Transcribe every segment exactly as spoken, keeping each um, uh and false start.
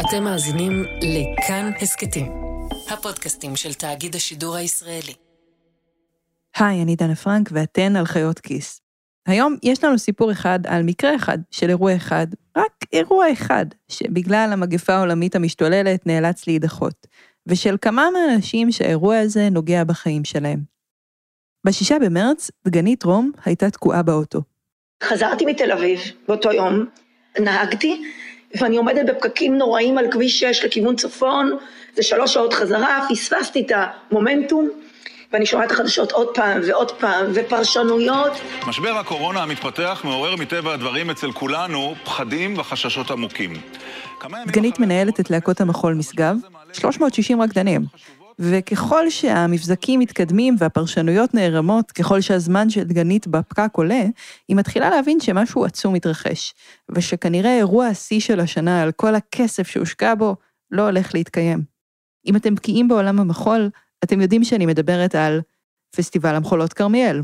אתם מאזינים לכאן הסקטים, הפודקאסטים של תאגיד השידור הישראלי. היי, אני דנה פרנק ואתן על חיות כיס. היום יש לנו סיפור אחד על מקרה אחד של אירוע אחד, רק אירוע אחד, שבגלל המגפה העולמית המשתוללת נאלץ להידחות, ושל כמה מהאנשים שהאירוע הזה נוגע בחיים שלהם. בשישה במרץ, דגנית רום הייתה תקועה באוטו. חזרתי מתל אביב באותו יום, נהגתי, ואני עומדת בפקקים נוראים על כביש שש לכיוון צפון, זה שלוש שעות חזרה, פספסתי את המומנטום, ואני שומעת חדשות עוד פעם ועוד פעם, ופרשנויות. משבר הקורונה המתפתח מעורר מטבע הדברים אצל כולנו פחדים וחששות עמוקים. דגנית מנהלת את להקות המחול משגב, שלוש מאות ושישים רקדנים. וככל שהמבזקים מתקדמים והפרשנויות נערמות, ככל שהזמן של דגנית בפקק עולה, היא מתחילה להבין שמשהו עצום מתרחש, ושכנראה אירוע השיא של השנה על כל הכסף שהושקע בו, לא הולך להתקיים. אם אתם בקיאים בעולם המחול, אתם יודעים שאני מדברת על פסטיבל המחולות כרמיאל.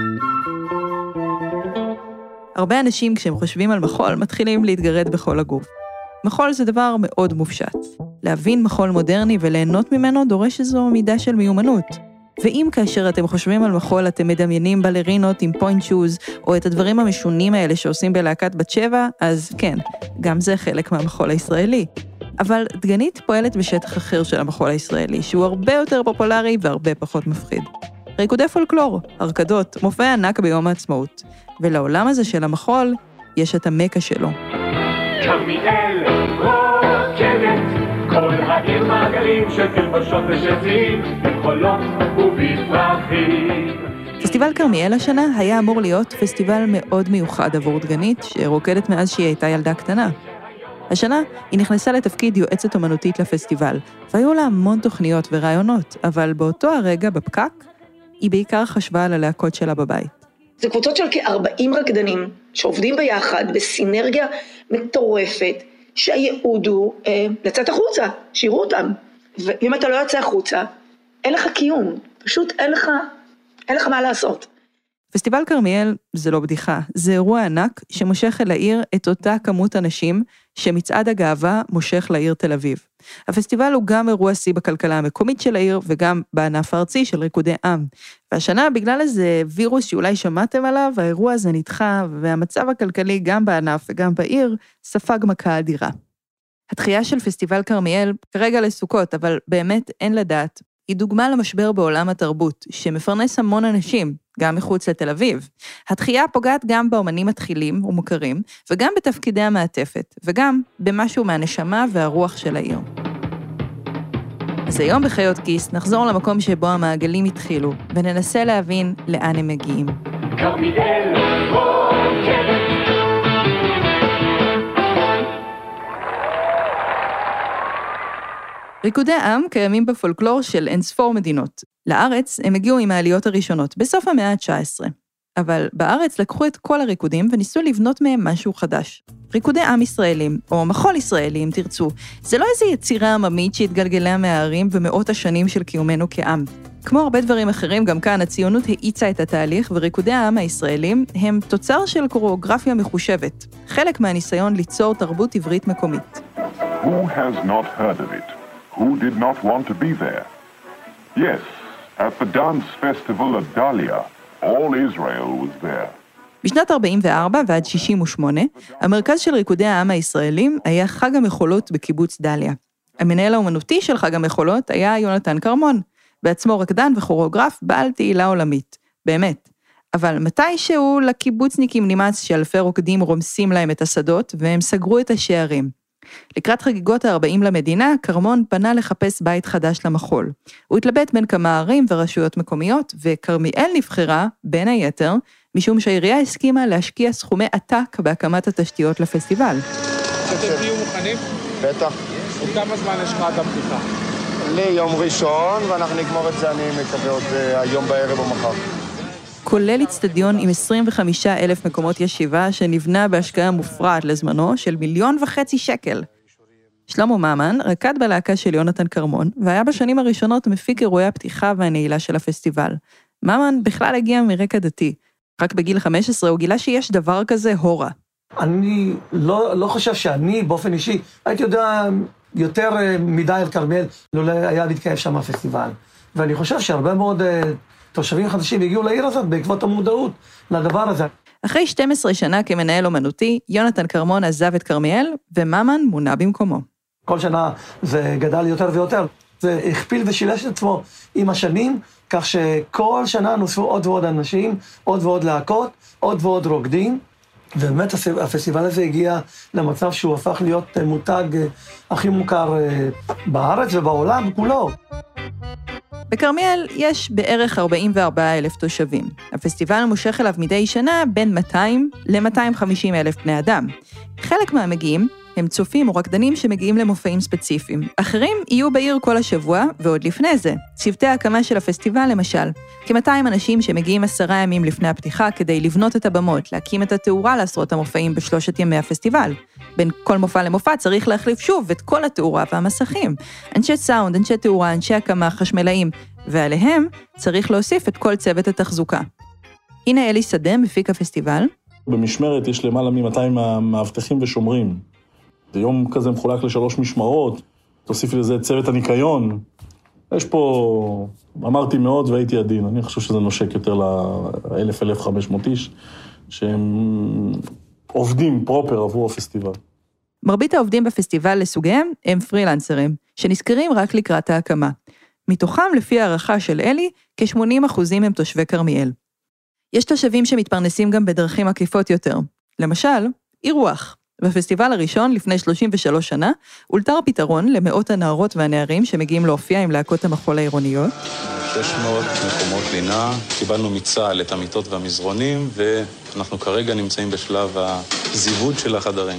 הרבה אנשים כשהם חושבים על מחול מתחילים להתגרד בכל הגוף. מחול זה דבר מאוד מופשט. להבין מחול מודרני וליהנות ממנו דורש איזו מידה של מיומנות. ואם כאשר אתם חושבים על מחול אתם מדמיינים בלרינות עם פוינט שוז, או את הדברים המשונים האלה שעושים בלהקת בת שבע, אז כן, גם זה חלק מהמחול הישראלי. אבל דגנית פועלת בשטח אחר של המחול הישראלי, שהוא הרבה יותר פופולרי והרבה פחות מפחיד. ריקודי פולקלור, הרקדות, מופעי ענק ביום העצמאות. ולעולם הזה של המחול יש את המקה שלו. כרמיאל רוקדת, כל העיר מעגלים של תלבשות ושזים, בחולות ובפרחים. פסטיבל כרמיאל השנה היה אמור להיות פסטיבל מאוד מיוחד עבור דגנית, שרוקדת מאז שהיא הייתה ילדה קטנה. השנה היא נכנסה לתפקיד יועצת אומנותית לפסטיבל, והיו לה המון תוכניות ורעיונות, אבל באותו הרגע בפקק, היא בעיקר חשבה על הלהקות שלה בבית. זה קבוצות של כ-ארבעים רקדנים שעובדים ביחד בסינרגיה מטורפת, שהייעוד הוא אה, לצאת החוצה, שיראו אותם. ואם אתה לא יוצא החוצה, אין לך קיום, פשוט אין לך, אין לך מה לעשות. פסטיבל כרמיאל זה לא בדיחה, זה אירוע ענק שמושך אל העיר את אותה כמות אנשים שמצעד הגאווה מושך לעיר תל אביב. הפסטיבל הוא גם אירוע שיא בכלכלה המקומית של העיר וגם בענף הארצי של ריקודי עם. והשנה בגלל איזה וירוס שאולי שמעתם עליו, האירוע הזה נדחה והמצב הכלכלי גם בענף וגם בעיר ספג מכה אדירה. התחייה של פסטיבל כרמיאל כרגע לסוכות, אבל באמת אין לדעת. היא דוגמה למשבר בעולם התרבות, שמפרנס המון אנשים, גם מחוץ לתל אביב. התחייה פוגעת גם באומנים מתחילים ומוכרים, וגם בתפקידי המעטפת, וגם במשהו מהנשמה והרוח של העיר. אז היום בחיות כיס נחזור למקום שבו המעגלים התחילו, וננסה להבין לאן הם מגיעים. כרמיאל רוקדת. ריקודי עם קיימים בפולקלור של אינספור מדינות. לארץ הם הגיעו עם העליות הראשונות, בסוף המאה ה-תשע עשרה. אבל בארץ לקחו את כל הריקודים וניסו לבנות מהם משהו חדש. ריקודי עם ישראלים, או מחול ישראלי אם תרצו, זה לא איזו יצירה עממית שהתגלגלה מהערים ומאות השנים של קיומנו כעם. כמו הרבה דברים אחרים, גם כאן הציונות האיצה את התהליך, וריקודי העם הישראלים הם תוצר של קוריאוגרפיה מחושבת, חלק מהניסיון ליצור תרבות עברית מקומית. Who has not heard of it? Who did not want to be there? Yes, at the dance festival of Dahlia, all Israel was there. בשנת ארבעים וארבע ועד שישים ושמונה, המרכז של ריקודי העם הישראלים היה חג המחולות בקיבוץ דליה. המנהל האומנותי של חג המחולות היה יונתן כרמון, בעצמו רקדן וכוריאוגרף בעל תהילה עולמית. באמת. אבל מתישהו לקיבוצניקים נמאס שאלפי רוקדים רומסים להם את השדות, והם סגרו את השערים. לקראת חגיגות ה-ארבעים למדינה, כרמון פנה לחפש בית חדש למחול. הוא התלבט בין כמה ערים ורשויות מקומיות, וכרמיאל נבחרה, בין היתר, משום שהעירייה הסכימה להשקיע סכומי עתק בהקמת התשתיות לפסטיבל. אתם תהיו מוכנים? בטח. וכמה זמן יש לך עד הפתיחה? ליום ראשון, ואנחנו נגמור את זה, אני מקווה עוד היום בערב או מחר. כולל אצטדיון עם עשרים וחמישה אלף מקומות ישיבה, שנבנה בהשקעה מופרעת לזמנו של מיליון וחצי שקל. שלמה ממן רקד בלהקה של יונתן כרמון, והיה בשנים הראשונות מפיק אירועי הפתיחה והנעילה של הפסטיבל. ממן בכלל הגיע מרקע דתי. רק בגיל חמש עשרה הוא גילה שיש דבר כזה הורה. אני לא, לא חושב שאני באופן אישי, הייתי יודע יותר מדי על כרמיאל, לא היה להתקיים שם הפסטיבל. ואני חושב שהרבה מאוד תושבים חדשים הגיעו לעיר הזאת בעקבות המודעות לדבר הזה. אחרי שתים עשרה שנה כמנהל אומנותי, יונתן כרמון עזב את כרמיאל, וממן מונה במקומו. כל שנה זה גדל יותר ויותר. זה הכפיל ושילש את עצמו עם השנים, כך שכל שנה נוספו עוד ועוד אנשים, עוד ועוד להקות, עוד ועוד רוקדים, ובאמת הפסטיבל הזה הגיע למצב שהוא הפך להיות מותג הכי מוכר בארץ ובעולם כולו. בכרמיאל יש בערך ארבעים וארבעה אלף תושבים. הפסטיבל מושך אליו מדי שנה בין מאתיים ל-מאתיים וחמישים אלף בני אדם. חלק מהמגיעים הם צופים או רקדנים שמגיעים למופעים ספציפיים. אחרים יהיו בעיר כל השבוע, ועוד לפני זה. צוותי ההקמה של הפסטיבל למשל. כ-מאתיים אנשים שמגיעים עשרה ימים לפני הפתיחה כדי לבנות את הבמות, להקים את התאורה לעשרות המופעים בשלושת ימי הפסטיבל. בין כל מופע למופע צריך להחליף שוב את כל התאורה והמסכים. אנשי סאונד, אנשי תאורה, אנשי הקמה, חשמלאים, ועליהם צריך להוסיף את כל צוות התחזוקה. הנה אלי שדה, מפיק הפסטיבל. במשמרת יש למעלה מ-מאתיים מאבטחים ושומרים. זה יום כזה מחולק לשלוש משמרות, תוסיף לזה צוות הניקיון. יש פה, אמרתי מאוד והייתי עדין, אני חושב שזה נושק יותר ל-אלף אלף וחמש מאות איש, שהם עובדים פרופר עבור הפסטיבל. מרבית העובדים בפסטיבל לסוגיהם הם פרילנסרים, שנזכרים רק לקראת ההקמה. מתוכם, לפי הערכה של אלי, כ-שמונים אחוזים הם תושבי כרמיאל. יש תושבים שמתפרנסים גם בדרכים עקיפות יותר. למשל, אירוח. בפסטיבל הראשון, לפני שלושים ושלוש שנה, אולתר פתרון למאות הנערות והנערים שמגיעים להופיע עם להקות המחול העירוניות. שש מאות מקומות לינה, קיבלנו מצה"ל את המיטות והמזרונים, ואנחנו כרגע נמצאים בשלב הזיווד של החדרים.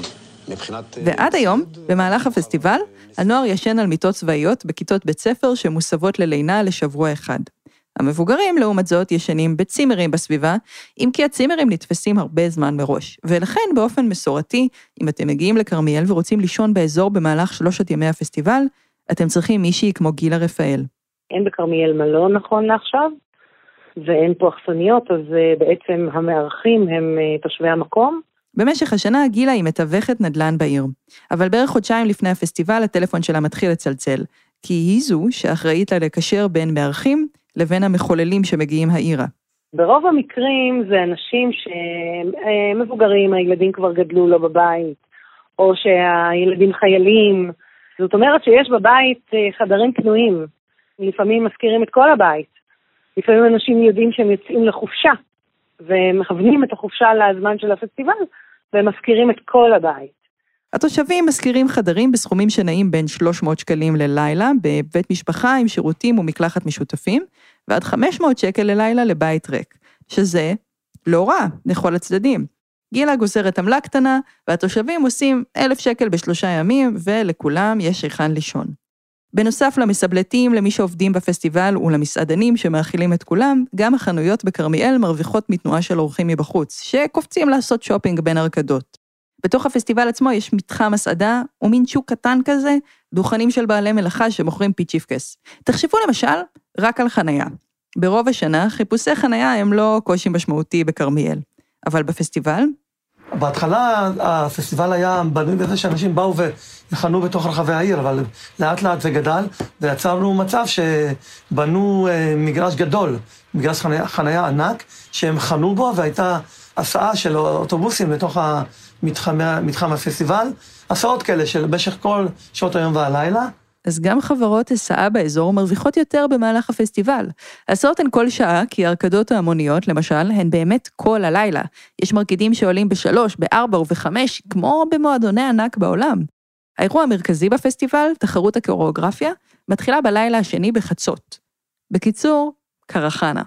ועד היום, במהלך הפסטיבל, הנוער ישן על מיטות צבאיות בכיתות בית ספר שמוסבות ללינה לשבוע אחד. המבוגרים, לעומת זאת, ישנים בצימרים בסביבה, אם כי הצימרים נתפסים הרבה זמן מראש. ולכן, באופן מסורתי, אם אתם מגיעים לכרמיאל ורוצים לישון באזור במהלך שלושת ימי הפסטיבל, אתם צריכים מישהי כמו גילה רפאל. אין בכרמיאל מלון נכון לעכשיו, ואין פה אכסניות, אז בעצם המארחים הם תושבי המקום. במשך השנה גילה היא מתווכת נדל"ן בעיר. אבל בערך חודשיים לפני הפסטיבל, הטלפון שלה מתחיל לצלצל, כי היא זו שאחראית לה לקשר בין מארחים לבין המחוללים שמגיעים העירה. ברוב המקרים זה אנשים שמבוגרים, הילדים כבר גדלו לו בבית, או שהילדים חיילים. זאת אומרת שיש בבית חדרים פנויים. לפעמים מזכירים את כל הבית. לפעמים אנשים יודעים שהם יוצאים לחופשה, ומכוונים את החופשה לזמן של הפסטיבל, והם מזכירים את כל הבית. התושבים מזכירים חדרים בסכומים שנעים בין שלוש מאות שקלים ללילה, בבית משפחה עם שירותים ומקלחת משותפים, ועד חמש מאות שקל ללילה לבית ריק, שזה לא רע לכל הצדדים. גילה גוזרת עמלה קטנה, והתושבים עושים אלף שקל בשלושה ימים, ולכולם יש היכן לישון. בנוסף למסבלטים, למי שעובדים בפסטיבל ולמסעדנים שמאכילים את כולם, גם החנויות בכרמיאל מרוויחות מתנועה של אורחים מבחוץ, שקופצים לעשות שופינג בין הרקדות. בתוך הפסטיבל עצמו יש מתחם מסעדה, ומין שוק קטן כזה, דוכנים של בעלי מלאכה שמוכרים פיצ'יפקס. תחשבו למשל רק על חנייה. ברוב השנה, חיפושי חנייה הם לא קושי משמעותי בכרמיאל. אבל בפסטיבל? בהתחלה הפסטיבל היה בנוי בזה שאנשים באו ויחנו בתוך רחבי העיר, אבל לאט לאט זה גדל, ויצרנו מצב שבנו מגרש גדול, מגרש חנייה, חנייה ענק, שהם חנו בו, והייתה הסעה של אוטובוסים לתוך המתחם, מתחם הפסטיבל, הסעות כאלה של במשך כל שעות היום והלילה. אז גם חברות הסעה באזור מרוויחות יותר במהלך הפסטיבל. הסעות הן כל שעה, כי הרקדות ההמוניות, למשל, הן באמת כל הלילה. יש מרקדים שעולים בשלוש, בארבע ובחמש, כמו במועדוני ענק בעולם. האירוע המרכזי בפסטיבל, תחרות הקוריאוגרפיה, מתחילה בלילה השני בחצות. בקיצור, קרחנה.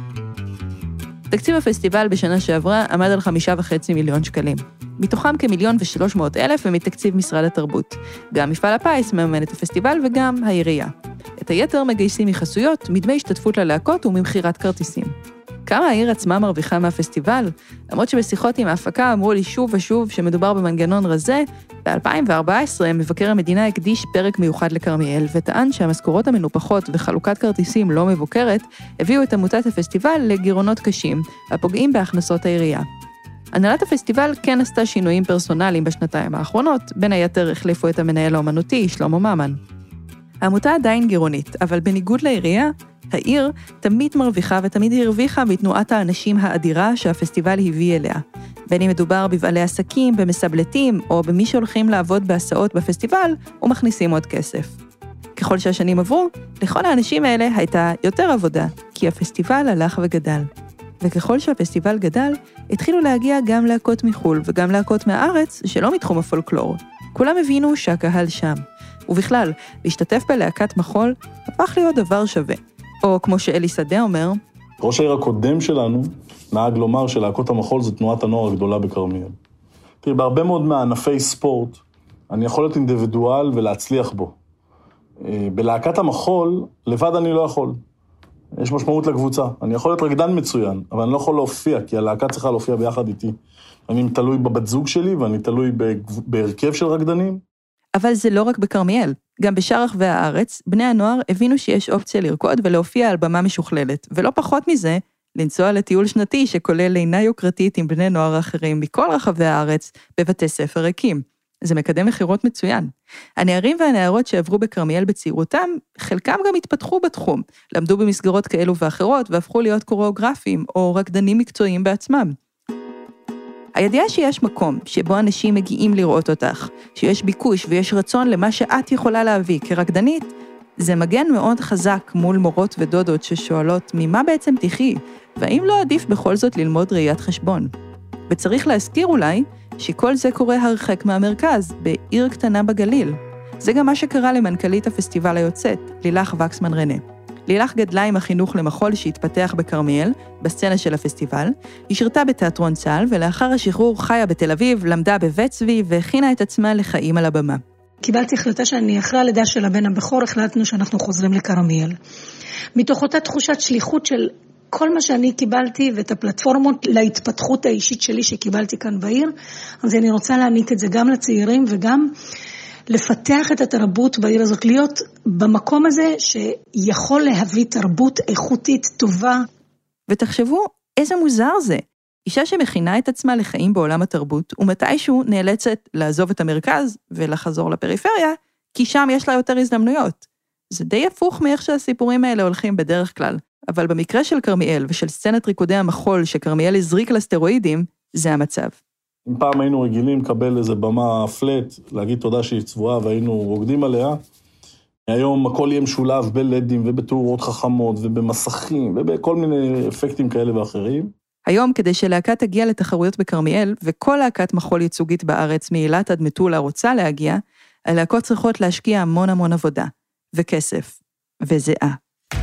תקציב הפסטיבל בשנה שעברה עמד על חמישה וחצי מיליון שקלים. מתוכם כמיליון ושלוש מאות אלף ומתקציב משרד התרבות. גם מפעל הפיס מממן את הפסטיבל וגם העירייה. את היתר מגייסים מחסויות, מדמי השתתפות ללהקות וממחירת כרטיסים. כמה העיר עצמה מרוויחה מהפסטיבל? למרות שבשיחות עם ההפקה אמרו לי שוב ושוב שמדובר במנגנון רזה, ב-אלפיים וארבע עשרה מבקר המדינה הקדיש פרק מיוחד לכרמיאל, וטען שהמשכורות המנופחות וחלוקת כרטיסים לא מבוקרת, הביאו את עמותת הפסטיבל לגירעונות קשים, הפוגעים בהכנסות העירייה. הנהלת הפסטיבל כן עשתה שינויים פרסונליים בשנתיים האחרונות, בין היתר החליפו את המנהל האומנותי, שלמה ממן. העמותה עדיין גירעונית, אבל בניגוד לעירייה, העיר תמיד מרוויחה ותמיד הרוויחה מתנועת האנשים האדירה שהפסטיבל הביא אליה. בין אם מדובר בבעלי עסקים, במסבלטים, או במי שהולכים לעבוד בהסעות בפסטיבל, ומכניסים עוד כסף. ככל שהשנים עברו, לכל האנשים האלה הייתה יותר עבודה, כי הפסטיבל הלך וגדל. וככל שהפסטיבל גדל, התחילו להגיע גם להקות מחול וגם להקות מהארץ שלא מתחום הפולקלור. כולם הבינו שהקהל שם. ובכלל, להשתתף בלהקת מחול הפך להיות דבר שווה. או כמו שאלי שדה אומר, ראש העיר הקודם שלנו נהג לומר שלהקות המחול זה תנועת הנוער הגדולה בכרמיאל. תראי, בהרבה מאוד מענפי ספורט, אני יכול להיות אינדיבידואל ולהצליח בו. בלהקת המחול, לבד אני לא יכול. יש משמעות לקבוצה. אני יכול להיות רקדן מצוין, אבל אני לא יכול להופיע, כי הלהקה צריכה להופיע ביחד איתי. אני תלוי בבת זוג שלי, ואני תלוי בהרכב של רקדנים. אבל זה לא רק בכרמיאל. גם בשאר רחבי הארץ, בני הנוער הבינו שיש אופציה לרקוד ולהופיע על במה משוכללת, ולא פחות מזה, לנסוע לטיול שנתי שכולל לינה יוקרתית עם בני נוער אחרים מכל רחבי הארץ בבתי ספר ריקים. זה מקדם מחירות מצוין. הנערים והנערות שעברו בכרמיאל בצעירותם, חלקם גם התפתחו בתחום, למדו במסגרות כאלו ואחרות והפכו להיות קוריאוגרפים או רקדנים מקצועיים בעצמם. הידיעה שיש מקום שבו אנשים מגיעים לראות אותך, שיש ביקוש ויש רצון למה שאת יכולה להביא כרקדנית, זה מגן מאוד חזק מול מורות ודודות ששואלות ממה בעצם תחי, והאם לא עדיף בכל זאת ללמוד ראיית חשבון. וצריך להזכיר אולי שכל זה קורה הרחק מהמרכז, בעיר קטנה בגליל. זה גם מה שקרה למנכ"לית הפסטיבל היוצאת, לילך וקסמן רנה. לילך גדלה עם החינוך למחול שהתפתח בכרמיאל, בסצנה של הפסטיבל, היא שירתה בתיאטרון צה"ל, ולאחר השחרור חיה בתל אביב, למדה בבית צבי, והכינה את עצמה לחיים על הבמה. קיבלתי החלטה שאני אחרי הלידה של הבן הבכור, החלטנו שאנחנו חוזרים לכרמיאל. מתוך אותה תחושת שליחות של כל מה שאני קיבלתי, ואת הפלטפורמות להתפתחות האישית שלי שקיבלתי כאן בעיר, אז אני רוצה להעניק את זה גם לצעירים, וגם לפתח את התרבות בעיר הזאת, להיות במקום הזה שיכול להביא תרבות איכותית טובה. ותחשבו איזה מוזר זה. אישה שמכינה את עצמה לחיים בעולם התרבות, ומתישהו נאלצת לעזוב את המרכז ולחזור לפריפריה, כי שם יש לה יותר הזדמנויות. זה די הפוך מאיך שהסיפורים האלה הולכים בדרך כלל. אבל במקרה של כרמיאל ושל סצנת ריקודי המחול שכרמיאל הזריק לסטרואידים, זה המצב. אם פעם היינו רגילים לקבל איזה במה פלט, להגיד תודה שהיא צבועה והיינו רוקדים עליה, היום הכל יהיה משולב בלדים ובתאורות חכמות ובמסכים ובכל מיני אפקטים כאלה ואחרים. היום כדי שלהקה תגיע לתחרויות בכרמיאל, וכל להקת מחול ייצוגית בארץ מאילת עד מטולה רוצה להגיע, הלהקות צריכות להשקיע המון המון עבודה, וכסף, וזיעה.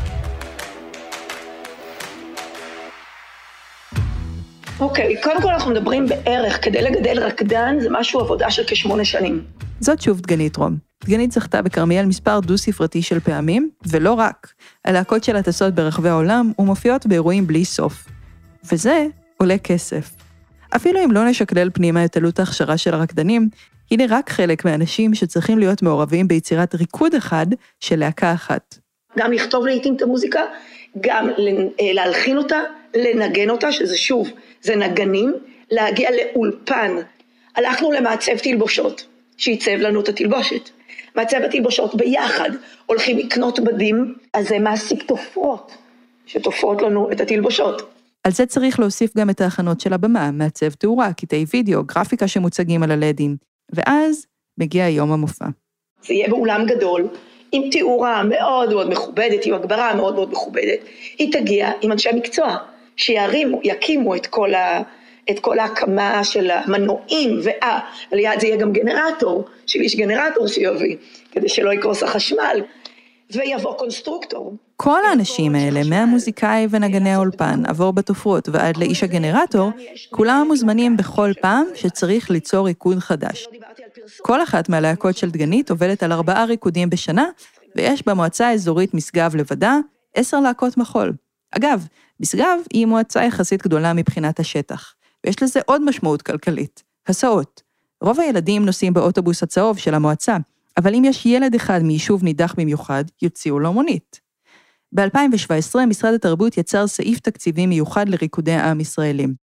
אוקיי, okay, קודם כל אנחנו מדברים בערך, כדי לגדל רקדן זה משהו עבודה של כשמונה שנים. זאת שוב דגנית רום. דגנית זכתה בכרמיאל מספר דו-ספרתי של פעמים, ולא רק. הלהקות שלה טסות ברחבי העולם ומופיעות באירועים בלי סוף. וזה עולה כסף. אפילו אם לא נשקלל פנימה את עלות ההכשרה של הרקדנים, הנה רק חלק מהאנשים שצריכים להיות מעורבים ביצירת ריקוד אחד של להקה אחת. גם לכתוב לעתים את המוזיקה, גם להלחין אותה, לנגן אותה, שזה שוב, זה נגנים, להגיע לאולפן. הלכנו למעצב תלבושות, שייצב לנו את התלבושת. מעצב התלבושות ביחד, הולכים לקנות בדים, אז זה מעסיק תופרות, שתופרות לנו את התלבושות. על זה צריך להוסיף גם את ההכנות של הבמה, מעצב תאורה, קטעי וידאו, גרפיקה שמוצגים על הלדים, ואז מגיע יום המופע. זה יהיה באולם גדול, עם תאורה מאוד מאוד מכובדת, עם הגברה מאוד מאוד מכובדת, היא תגיע עם אנשי מקצוע, שירימו, יקימו את כל, ה, את כל ההקמה של המנועים, ואה, על יד זה יהיה גם גנרטור, שיש גנרטור שיוביל, כדי שלא יקרוס החשמל, ויבוא קונסטרוקטור. כל האנשים האלה, מהמוזיקאי ונגני האולפן, עבור בתופרות ועד לאיש הגנרטור, כולם מוזמנים בכל פעם שצריך ליצור ריקוד חדש. כל אחת מהלהקות של דגנית עובדת על ארבעה ריקודים בשנה, ויש במועצה האזורית משגב לבדה עשר להקות מחול. אגב, משגב היא מועצה יחסית גדולה מבחינת השטח, ויש לזה עוד משמעות כלכלית, הסעות. רוב הילדים נוסעים באוטובוס הצהוב של המועצה, אבל אם יש ילד אחד מיישוב נידח במיוחד, יוציאו לו מונית. ב-אלפיים שבע עשרה משרד התרבות יצר סעיף תקציבי מיוחד לריקודי העם ישראלים.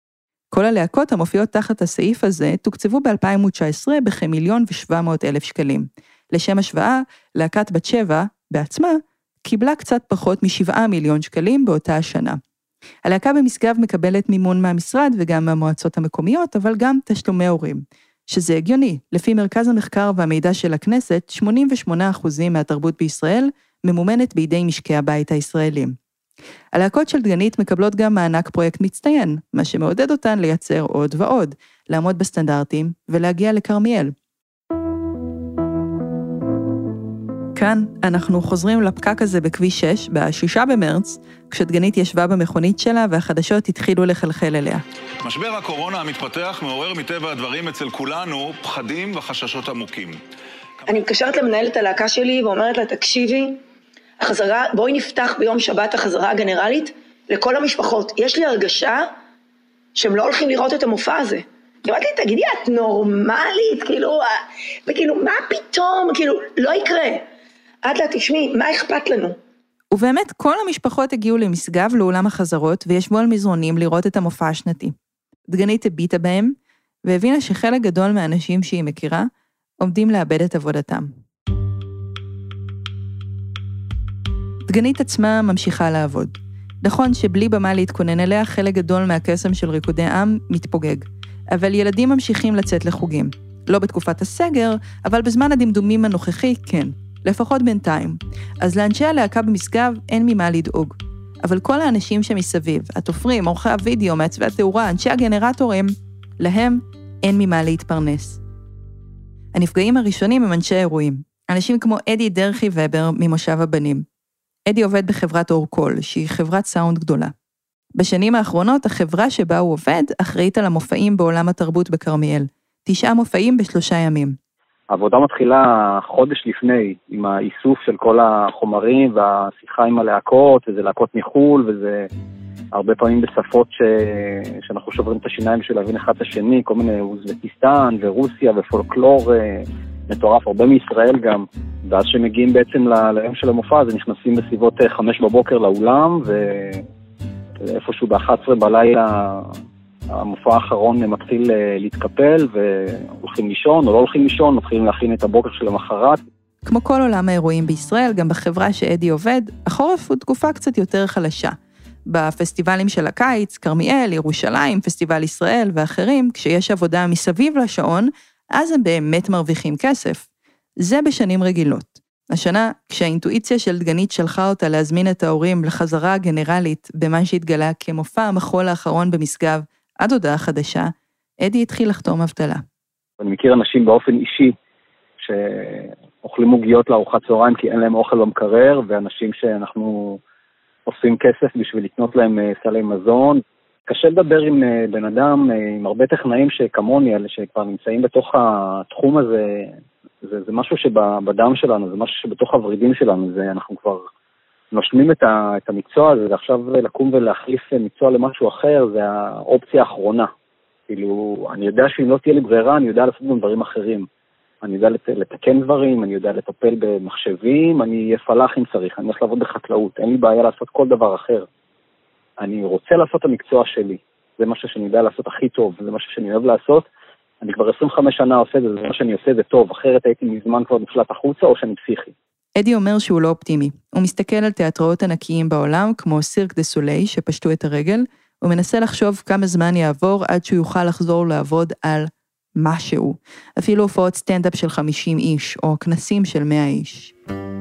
כל הלהקות המופיעות תחת הסעיף הזה תוקצבו ב-אלפיים תשע עשרה בכמיליון ושבע מאות אלף שקלים. לשם השוואה, להקת בת שבע, בעצמה, קיבלה קצת פחות משבעה מיליון שקלים באותה השנה. הלהקה במשגב מקבלת מימון מהמשרד וגם מהמועצות המקומיות, אבל גם תשלומי הורים. שזה הגיוני, לפי מרכז המחקר והמידע של הכנסת, שמונים ושמונה אחוז מהתרבות בישראל ממומנת בידי משקי הבית הישראלים. הלהקות של דגנית מקבלות גם מענק פרויקט מצטיין, מה שמעודד אותן לייצר עוד ועוד, לעמוד בסטנדרטים ולהגיע לכרמיאל. כאן אנחנו חוזרים לפקק הזה בכביש שש, בשישה במרץ, כשדגנית ישבה במכונית שלה והחדשות התחילו לחלחל אליה. משבר הקורונה המתפתח מעורר מטבע הדברים אצל כולנו פחדים וחששות עמוקים. אני מתקשרת למנהלת הלהקה שלי ואומרת לה, תקשיבי, החזרה, בואי נפתח ביום שבת החזרה הגנרלית לכל המשפחות. יש לי הרגשה שהם לא הולכים לראות את המופע הזה. אמרתי לי, תגידי, את נורמלית, כאילו, וכאילו, מה פתאום, כאילו, לא יקרה. עד לה, תשמעי, מה אכפת לנו? ובאמת, כל המשפחות הגיעו למשגב לאולם החזרות, וישבו על מזרונים לראות את המופע השנתי. דגנית הביטה בהם, והבינה שחלק גדול מהאנשים שהיא מכירה, עומדים לאבד את עבודתם. דגנית עצמה ממשיכה לעבוד. נכון שבלי במה להתכונן אליה, חלק גדול מהקסם של ריקודי עם מתפוגג. אבל ילדים ממשיכים לצאת לחוגים. לא בתקופת הסגר, אבל בזמן הדמדומים הנוכחי, כן. לפחות בינתיים. אז לאנשי הלהקה במשגב אין ממה לדאוג. אבל כל האנשים שמסביב, התופרים, עורכי הוידאו, מעצבי התאורה, אנשי הגנרטורים, להם אין ממה להתפרנס. הנפגעים הראשונים הם אנשי אירועים. אנשים כמו אדי דרכי ובר ממושב הבנים. אדי עובד בחברת אורקול, שהיא חברת סאונד גדולה. בשנים האחרונות, החברה שבה הוא עובד אחראית על המופעים בעולם התרבות בכרמיאל. תשעה מופעים בשלושה ימים. העבודה מתחילה חודש לפני, עם האיסוף של כל החומרים והשיחה עם הלהקות, וזה להקות מחול, וזה הרבה פעמים בשפות ש... שאנחנו שוברים את השיניים בשביל להבין אחד את השני, כל מיני אוזבקיסטן ורוסיה ופולקלור מטורף, הרבה מישראל גם. ואז שמגיעים בעצם ל... ליום של המופע, אז נכנסים בסביבות חמש בבוקר לאולם, ואיפשהו ב-אחת עשרה בלילה המופע האחרון מתחיל להתקפל, והולכים לישון או לא הולכים לישון, מתחילים להכין את הבוקר של המחרת. כמו כל עולם האירועים בישראל, גם בחברה שאדי עובד, החורף הוא תקופה קצת יותר חלשה. בפסטיבלים של הקיץ, כרמיאל, ירושלים, פסטיבל ישראל ואחרים, כשיש עבודה מסביב לשעון, אז הם באמת מרוויחים כסף. זה בשנים רגילות. השנה, כשהאינטואיציה של דגנית שלחה אותה להזמין את ההורים לחזרה הגנרלית במה שהתגלה כמופע המחול האחרון במשגב, עד הודעה חדשה, אדי התחיל לחתום אבטלה. אני מכיר אנשים באופן אישי שאוכלים עוגיות לארוחת צהריים כי אין להם אוכל במקרר, ואנשים שאנחנו עושים כסף בשביל לקנות להם סלי מזון. קשה לדבר עם בן אדם, עם הרבה טכנאים שכמוני, אלה שכבר נמצאים בתוך התחום הזה, זה, זה משהו שבדם שלנו, זה משהו שבתוך הורידים שלנו, זה אנחנו כבר נושמים את, ה, את המקצוע הזה, ועכשיו לקום ולהחליף מקצוע למשהו אחר, זה האופציה האחרונה. כאילו, אני יודע שאם לא תהיה לי ברירה, אני יודע לעשות גם דברים אחרים. אני יודע לת, לתקן דברים, אני יודע לטפל במחשבים, אני אהיה פלח אם צריך, אני הולך לעבוד בחקלאות, אין לי בעיה לעשות כל דבר אחר. אני רוצה לעשות את המקצוע שלי, זה משהו שאני יודע לעשות הכי טוב, זה משהו שאני אוהב לעשות, אני כבר עשרים וחמש שנה עושה את זה, זה מה שאני עושה, זה טוב, אחרת הייתי מזמן כבר נפלט החוצה או שאני פסיכי. אדי אומר שהוא לא אופטימי. הוא מסתכל על תיאטראות ענקיים בעולם, כמו סירק דה סולי, שפשטו את הרגל, הוא מנסה לחשוב כמה זמן יעבור עד שהוא יוכל לחזור לעבוד על משהו. אפילו הופעות סטנדאפ של חמישים איש, או כנסים של מאה איש.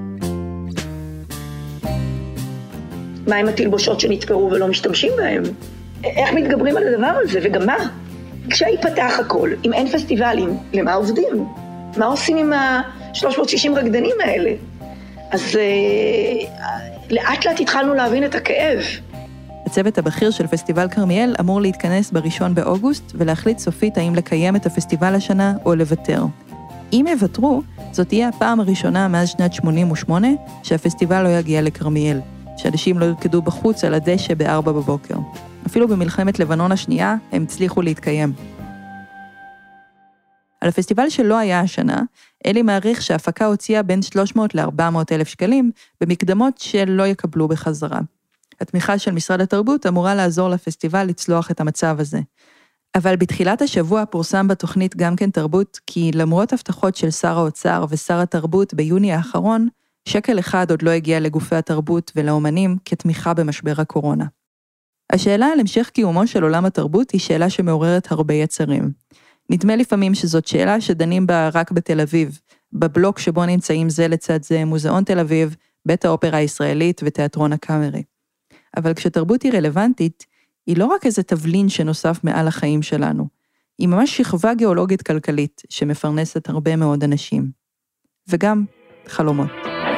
מה עם התלבושות שנתפרו ולא משתמשים בהם? איך מתגברים על הדבר הזה? וגם מה? כשהיפתח הכל, אם אין פסטיבלים, למה עובדים? מה עושים עם ה-שלוש מאות ושישים רקדנים האלה? אז אה, לאט לאט התחלנו להבין את הכאב. הצוות הבכיר של פסטיבל כרמיאל אמור להתכנס בראשון באוגוסט ולהחליט סופית האם לקיים את הפסטיבל השנה או לוותר. אם יוותרו, זאת תהיה הפעם הראשונה מאז שנת שמונים ושמונה שהפסטיבל לא יגיע לכרמיאל, שאנשים לא ירקדו בחוץ על הדשא בארבע בבוקר. אפילו במלחמת לבנון השנייה הם הצליחו להתקיים. על הפסטיבל שלא היה השנה, אלי מעריך שההפקה הוציאה בין שלוש מאות לארבע מאות אלף שקלים במקדמות שלא יקבלו בחזרה. התמיכה של משרד התרבות אמורה לעזור לפסטיבל לצלוח את המצב הזה. אבל בתחילת השבוע פורסם בתוכנית גם כן תרבות, כי למרות הבטחות של שר האוצר ושר התרבות ביוני האחרון, שקל אחד עוד לא הגיע לגופי התרבות ולאומנים כתמיכה במשבר הקורונה. השאלה על המשך קיומו של עולם התרבות היא שאלה שמעוררת הרבה יצרים. נדמה לפעמים שזאת שאלה שדנים בה רק בתל אביב, בבלוק שבו נמצאים זה לצד זה מוזיאון תל אביב, בית האופרה הישראלית ותיאטרון הקאמרי. אבל כשתרבות היא רלוונטית, היא לא רק איזה תבלין שנוסף מעל החיים שלנו, היא ממש שכבה גיאולוגית כלכלית שמפרנסת הרבה מאוד אנשים. וגם חלומות.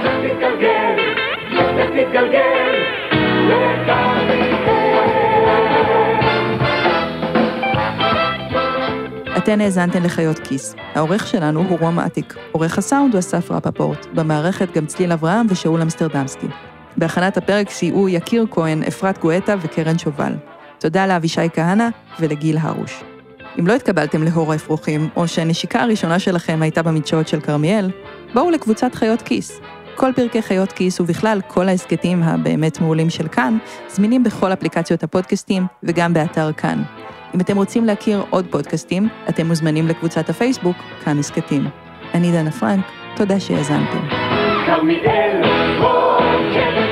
אתן האזנתן לחיות כיס. העורך שלנו הוא רום עתיק. עורך הסאונד הוא אסף רפפורט. במערכת גם צליל אברהם ושאול אמסטרדמסקי. בהכנת הפרק סייעו יקיר כהן, אפרת גואטה וקרן שובל. תודה לאבישי כהנא ולגיל הרוש. אם לא התקבלתם להור האפרוחים, או שהנשיקה הראשונה שלכם הייתה במדשאות של קרמיאל, בואו לקבוצת חיות כיס. כל פרקי חיות כיס ובכלל כל ההסקטים הבאמת מעולים של כאן, זמינים בכל אפליקציות הפודקאסטים וגם באתר כאן. אם אתם רוצים להכיר עוד פודקאסטים, אתם מוזמנים לקבוצת הפייסבוק, כאן הסקטים. אני דנה פרנק, תודה שהאזנתם. כרמיאל, רוקדת